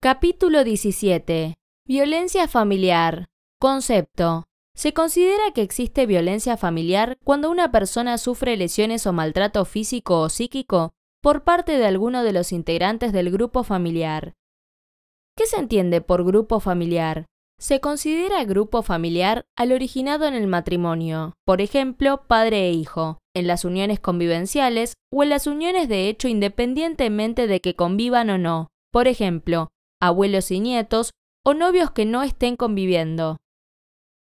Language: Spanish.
Capítulo 17. Violencia familiar. Concepto. Se considera que existe violencia familiar cuando una persona sufre lesiones o maltrato físico o psíquico por parte de alguno de los integrantes del grupo familiar. ¿Qué se entiende por grupo familiar? Se considera grupo familiar al originado en el matrimonio, por ejemplo, padre e hijo, en las uniones convivenciales o en las uniones de hecho independientemente de que convivan o no, por ejemplo, abuelos y nietos o novios que no estén conviviendo.